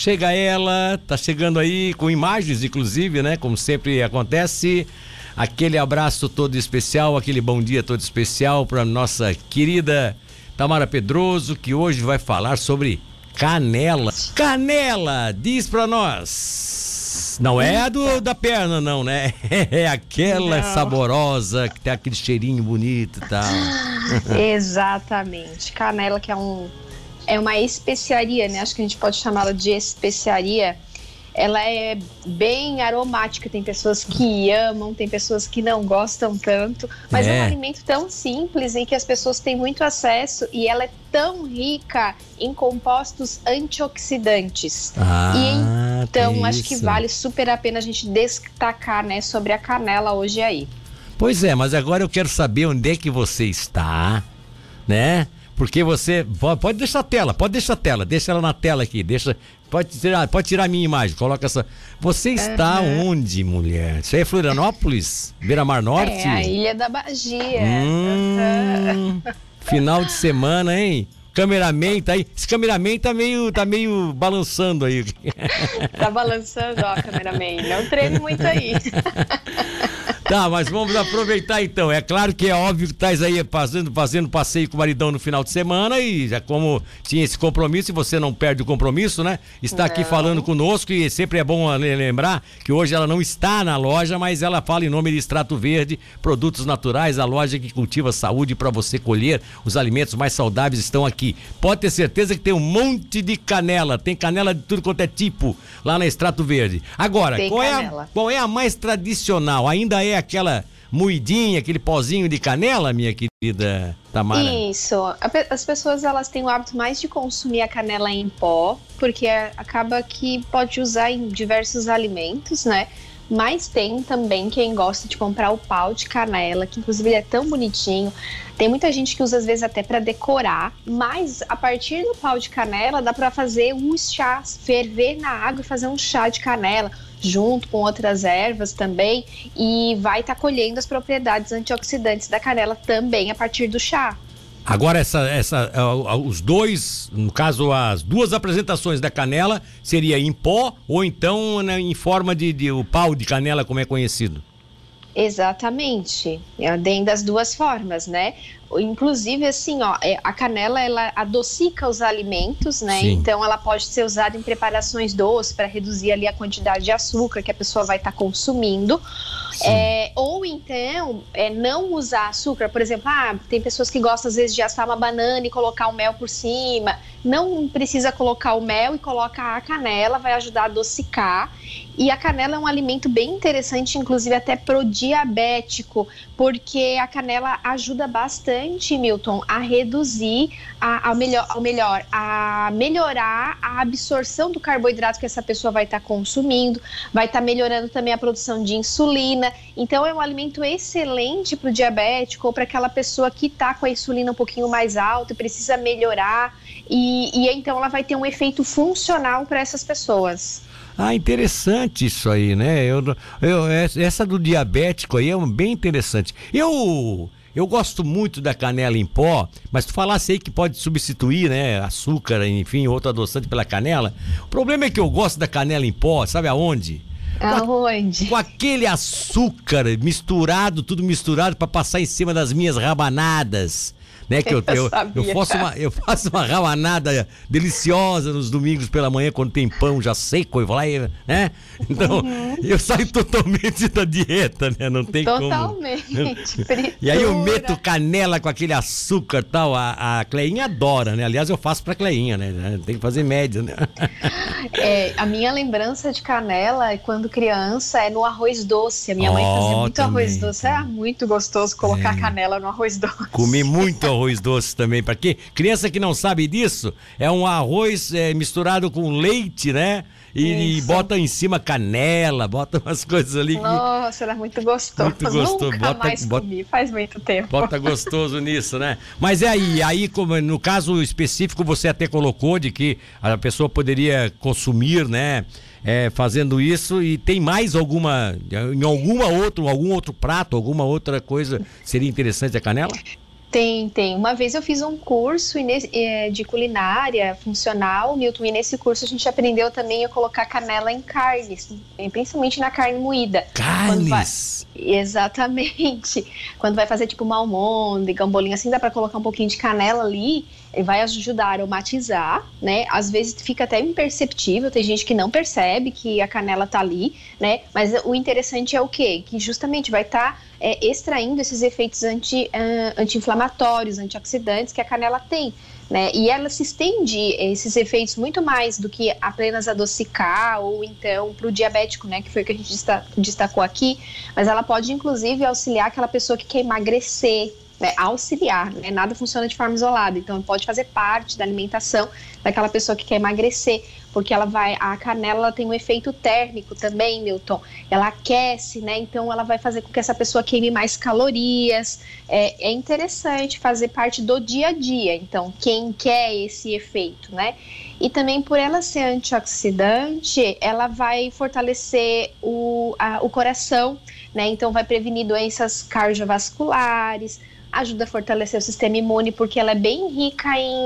chega ela, tá chegando aí com imagens, inclusive, né? Como sempre acontece. Aquele abraço todo especial, aquele bom dia todo especial para nossa querida Tamara Pedroso, que hoje vai falar sobre canela. Canela, diz pra nós. Não é a da perna, não, né? É aquela saborosa, que tem aquele cheirinho bonito e tal. Exatamente. Canela, que é uma especiaria, né? Acho que a gente pode chamá-la de especiaria. Ela é bem aromática, tem pessoas que amam, tem pessoas que não gostam tanto, mas é um alimento tão simples em que as pessoas têm muito acesso e ela é tão rica em compostos antioxidantes. E então acho que vale super a pena a gente destacar, né, sobre a canela hoje aí. Pois é, mas agora eu quero saber onde é que você está, né? Porque você pode deixar a tela, deixa ela na tela aqui, pode tirar a minha imagem, coloca essa. Você está onde, mulher? Isso aí é Florianópolis? Beira-Mar Norte? É a Ilha da Bagia. Final de semana, hein? Cameraman tá aí. Esse cameraman tá meio balançando aí. Tá balançando, ó, cameraman. Não treme muito aí. Tá, mas vamos aproveitar então. É claro que é óbvio que estás aí fazendo passeio com o maridão no final de semana e já como tinha esse compromisso e você não perde o compromisso, né? Está aqui falando conosco e sempre é bom lembrar que hoje ela não está na loja, mas ela fala em nome de Extrato Verde, produtos naturais, a loja que cultiva saúde para você colher os alimentos mais saudáveis estão aqui. Pode ter certeza que tem um monte de canela, tem canela de tudo quanto é tipo lá na Extrato Verde. Agora, qual é a mais tradicional? Ainda é aquela moidinha, aquele pozinho de canela, minha querida Tamara? Isso. As pessoas, elas têm o hábito mais de consumir a canela em pó, porque acaba que pode usar em diversos alimentos, né? Mas tem também quem gosta de comprar o pau de canela, que inclusive ele é tão bonitinho. Tem muita gente que usa às vezes até para decorar, mas a partir do pau de canela dá para fazer um chá, ferver na água e fazer um chá de canela junto com outras ervas também, e vai estar colhendo as propriedades antioxidantes da canela também a partir do chá. Agora os dois, no caso as duas apresentações da canela, seria em pó ou então, né, em forma de o pau de canela, como é conhecido? Exatamente, tem das duas formas, né? Inclusive, assim, ó, a canela, ela adocica os alimentos, né? Sim. Então, ela pode ser usada em preparações doces para reduzir ali a quantidade de açúcar que a pessoa vai estar consumindo. Ou então, não usar açúcar. Por exemplo, tem pessoas que gostam, às vezes, de assar uma banana e colocar o mel por cima. Não precisa colocar o mel e coloca a canela, vai ajudar a adocicar. E a canela é um alimento bem interessante, inclusive até pro diabético, porque a canela ajuda bastante, Milton, a reduzir, a melhorar a absorção do carboidrato que essa pessoa vai estar consumindo, vai estar melhorando também a produção de insulina. Então é um alimento excelente para o diabético ou para aquela pessoa que está com a insulina um pouquinho mais alta e precisa melhorar, e então ela vai ter um efeito funcional para essas pessoas. Interessante isso aí, né? Essa do diabético aí é bem interessante. Eu gosto muito da canela em pó, mas tu falasse aí que pode substituir, né, açúcar, enfim, outro adoçante pela canela. O problema é que eu gosto da canela em pó, sabe aonde? Aonde? Com aquele açúcar tudo misturado para passar em cima das minhas rabanadas. Né, que eu faço uma rabanada deliciosa nos domingos pela manhã, quando tem pão já seco, eu vou lá e, né? Então, eu saio totalmente da dieta, né? Não tem totalmente, como. E aí eu meto canela com aquele açúcar e tal, a Cleinha adora, né? Aliás, eu faço pra Cleinha, né? Tem que fazer média, né? A minha lembrança de canela, quando criança, é no arroz doce. A minha mãe fazia muito arroz doce. Era muito gostoso colocar canela no arroz doce. Comi muito arroz doce também, para quê? Criança que não sabe disso, é um arroz misturado com leite, né? E bota em cima canela, bota umas coisas ali. Nossa, era muito gostoso. Muito gostoso. Nunca mais comi, faz muito tempo. Bota gostoso nisso, né? Mas aí como no caso específico você até colocou de que a pessoa poderia consumir, né? Fazendo isso, e tem mais algum outro prato, alguma outra coisa seria interessante a canela? Tem. Uma vez eu fiz um curso de culinária funcional, Milton, e nesse curso a gente aprendeu também a colocar canela em carnes, principalmente na carne moída. Carnes? Exatamente. Quando vai fazer tipo uma almôndega, um bolinho assim, dá para colocar um pouquinho de canela ali, e vai ajudar a aromatizar, né? Às vezes fica até imperceptível, tem gente que não percebe que a canela tá ali, né? Mas o interessante é o quê? Que justamente vai estar extraindo esses efeitos anti-inflamatórios, antioxidantes que a canela tem, né? E ela se estende esses efeitos muito mais do que apenas adocicar ou então para o diabético, né? Que foi o que a gente destacou aqui, mas ela pode inclusive auxiliar aquela pessoa que quer emagrecer, né, auxiliar, né? Nada funciona de forma isolada, então pode fazer parte da alimentação daquela pessoa que quer emagrecer, porque a canela tem um efeito térmico também, Milton, ela aquece, né, então ela vai fazer com que essa pessoa queime mais calorias, é interessante fazer parte do dia a dia, então quem quer esse efeito, né, e também por ela ser antioxidante, ela vai fortalecer o coração, né, então vai prevenir doenças cardiovasculares, ajuda a fortalecer o sistema imune, porque ela é bem rica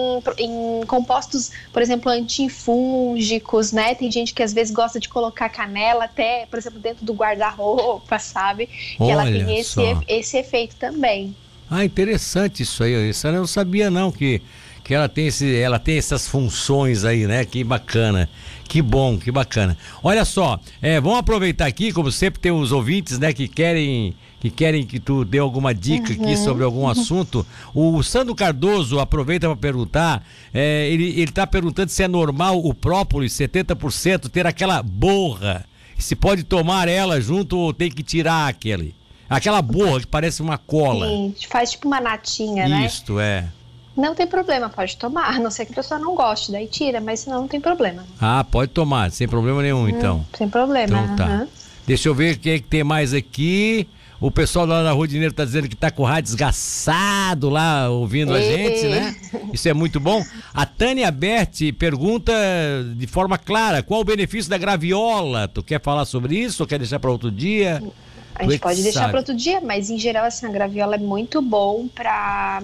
em compostos, por exemplo, antifúngicos, né? Tem gente que às vezes gosta de colocar canela até, por exemplo, dentro do guarda-roupa, sabe? E ela tem esse efeito também. Ah, interessante isso aí. Isso eu não sabia não, que ela tem essas funções aí, né? Que bacana. Que bom, que bacana. Olha só, vamos aproveitar aqui, como sempre tem os ouvintes, né, que querem que tu dê alguma dica aqui sobre algum assunto. O Sandro Cardoso aproveita para perguntar, ele está perguntando se é normal o própolis 70% ter aquela borra, se pode tomar ela junto ou tem que tirar aquela borra que parece uma cola. Sim, faz tipo uma natinha, né? Isto, é. Não tem problema, pode tomar, a não ser que a pessoa não goste, daí tira, mas senão não tem problema. Ah, pode tomar, sem problema nenhum, então. Sem problema. Então tá. Deixa eu ver o que tem mais aqui. O pessoal lá na Rua de Janeiro tá dizendo que tá com o rádio desgaçado lá, ouvindo a gente, né? Isso é muito bom. A Tânia Berti pergunta de forma clara, qual o benefício da graviola? Tu quer falar sobre isso ou quer deixar para outro dia? A gente pode deixar para outro dia, mas em geral, assim, a graviola é muito bom para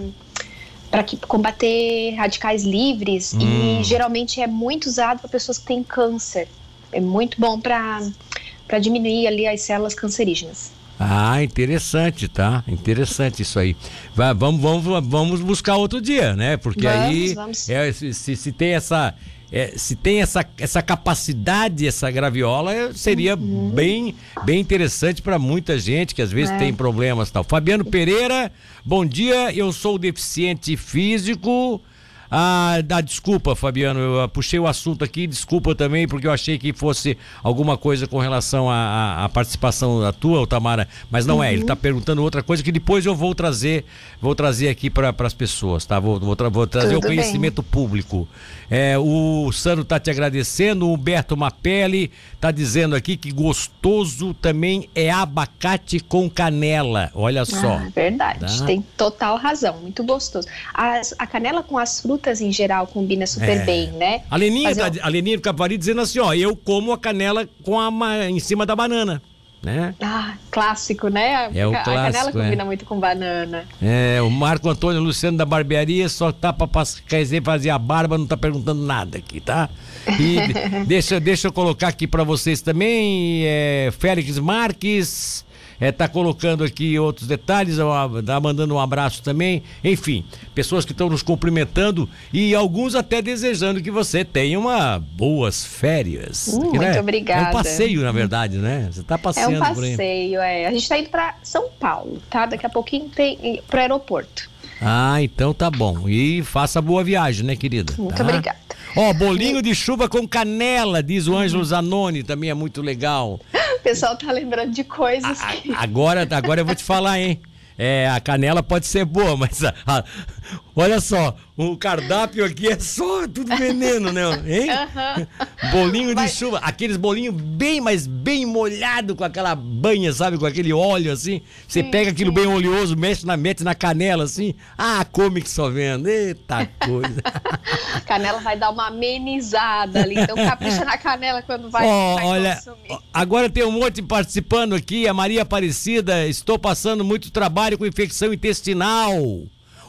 combater radicais livres e geralmente é muito usado para pessoas que têm câncer. É muito bom para diminuir ali as células cancerígenas. Ah, interessante, tá? Interessante isso aí. Vamos buscar outro dia, né? Porque vamos. Se tem essa capacidade, essa graviola, seria bem interessante para muita gente que às vezes tem problemas e tal. Fabiano Pereira, bom dia, eu sou deficiente físico. Desculpa, Fabiano, eu puxei o assunto aqui, desculpa também, porque eu achei que fosse alguma coisa com relação à participação da tua, Tamara, mas não é, ele está perguntando outra coisa que depois eu vou trazer aqui para as pessoas, tá? Vou trazer o conhecimento público. O Sandro está te agradecendo, o Humberto Mapelli está dizendo aqui que gostoso também é abacate com canela, olha só. Verdade, tá? Tem total razão, muito gostoso. A canela com as frutas em geral combina super bem, né? A Leninha do Cavari dizendo assim, ó, eu como a canela em cima da banana, né? Clássico, né? A canela combina muito com banana. O Marco Antônio Luciano da Barbearia só tá pra fazer a barba, não tá perguntando nada aqui, tá? E deixa eu colocar aqui pra vocês também, Félix Marques... tá colocando aqui outros detalhes, tá mandando um abraço também, enfim, pessoas que estão nos cumprimentando e alguns até desejando que você tenha boas férias. Muito obrigada. É um passeio, na verdade, né? Você tá passeando por aí. É um passeio, A gente tá indo para São Paulo, tá? Daqui a pouquinho tem pro aeroporto. Então tá bom. E faça boa viagem, né, querida? Muito obrigada. Bolinho de chuva com canela, diz o Ângelo Zanoni, também é muito legal. O pessoal tá lembrando de coisas que... Agora eu vou te falar, hein? A canela pode ser boa, mas olha só, o cardápio aqui é só tudo veneno, né? Hein? Bolinho de chuva, aqueles bolinhos mas bem molhado com aquela banha, sabe? Com aquele óleo assim. Você pega aquilo bem oleoso, mete na canela assim. Come que só vendo. Eita coisa. A canela vai dar uma amenizada ali, então capricha na canela quando vai consumir. Agora tem um monte participando aqui, a Maria Aparecida, estou passando muito trabalho com infecção intestinal.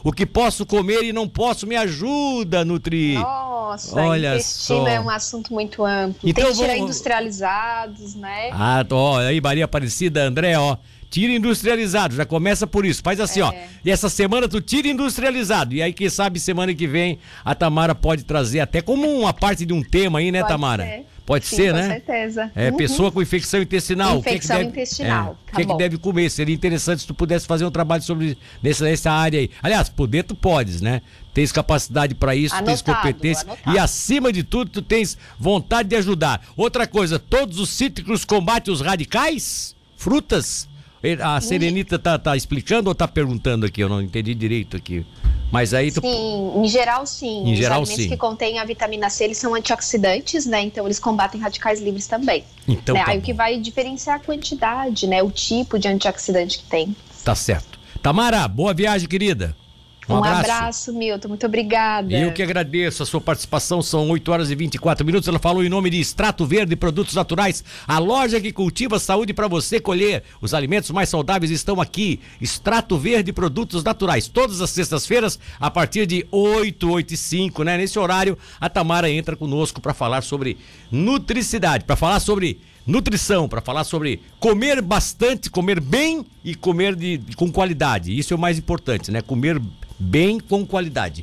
O que posso comer e não posso, me ajuda, Nutri. Nossa, olha intestino só. É um assunto muito amplo. Então, tem que tirar industrializados, né? Ó, aí Maria Aparecida, André, ó. Tira industrializado, já começa por isso. Faz assim, ó. E essa semana tu tira industrializado. E aí, quem sabe, semana que vem, a Tamara pode trazer até como uma parte de um tema aí, né, Pode Tamara? ser. Pode Sim, ser, com né? certeza. Pessoa com infecção intestinal. Infecção o que intestinal. O que deve comer? Seria interessante se tu pudesse fazer um trabalho sobre nessa área aí. Aliás, poder tu podes, né? Tens capacidade para isso, tens competência. Anotado. E acima de tudo, tu tens vontade de ajudar. Outra coisa, todos os cítricos combatem os radicais? Frutas? A Serenita tá explicando ou tá perguntando aqui? Eu não entendi direito aqui. Mas aí tu... Sim, em geral sim. Em geral, Os alimentos sim. que contêm a vitamina C, eles são antioxidantes, né? Então eles combatem radicais livres também. Então, né? tá Aí bom. o que vai diferenciar a quantidade, né? O tipo de antioxidante que tem. Tá certo. Tamara, boa viagem, querida. Um abraço, Milton. Muito obrigada. Eu que agradeço a sua participação. São 8h24. Ela falou em nome de Extrato Verde Produtos Naturais, a loja que cultiva saúde para você colher. Os alimentos mais saudáveis estão aqui. Extrato Verde Produtos Naturais. Todas as sextas-feiras, a partir de 8h05, né? Nesse horário, a Tamara entra conosco para falar sobre nutricidade, para falar sobre nutrição, para falar sobre comer bastante, comer bem e comer com qualidade. Isso é o mais importante, né? Comer bem com qualidade.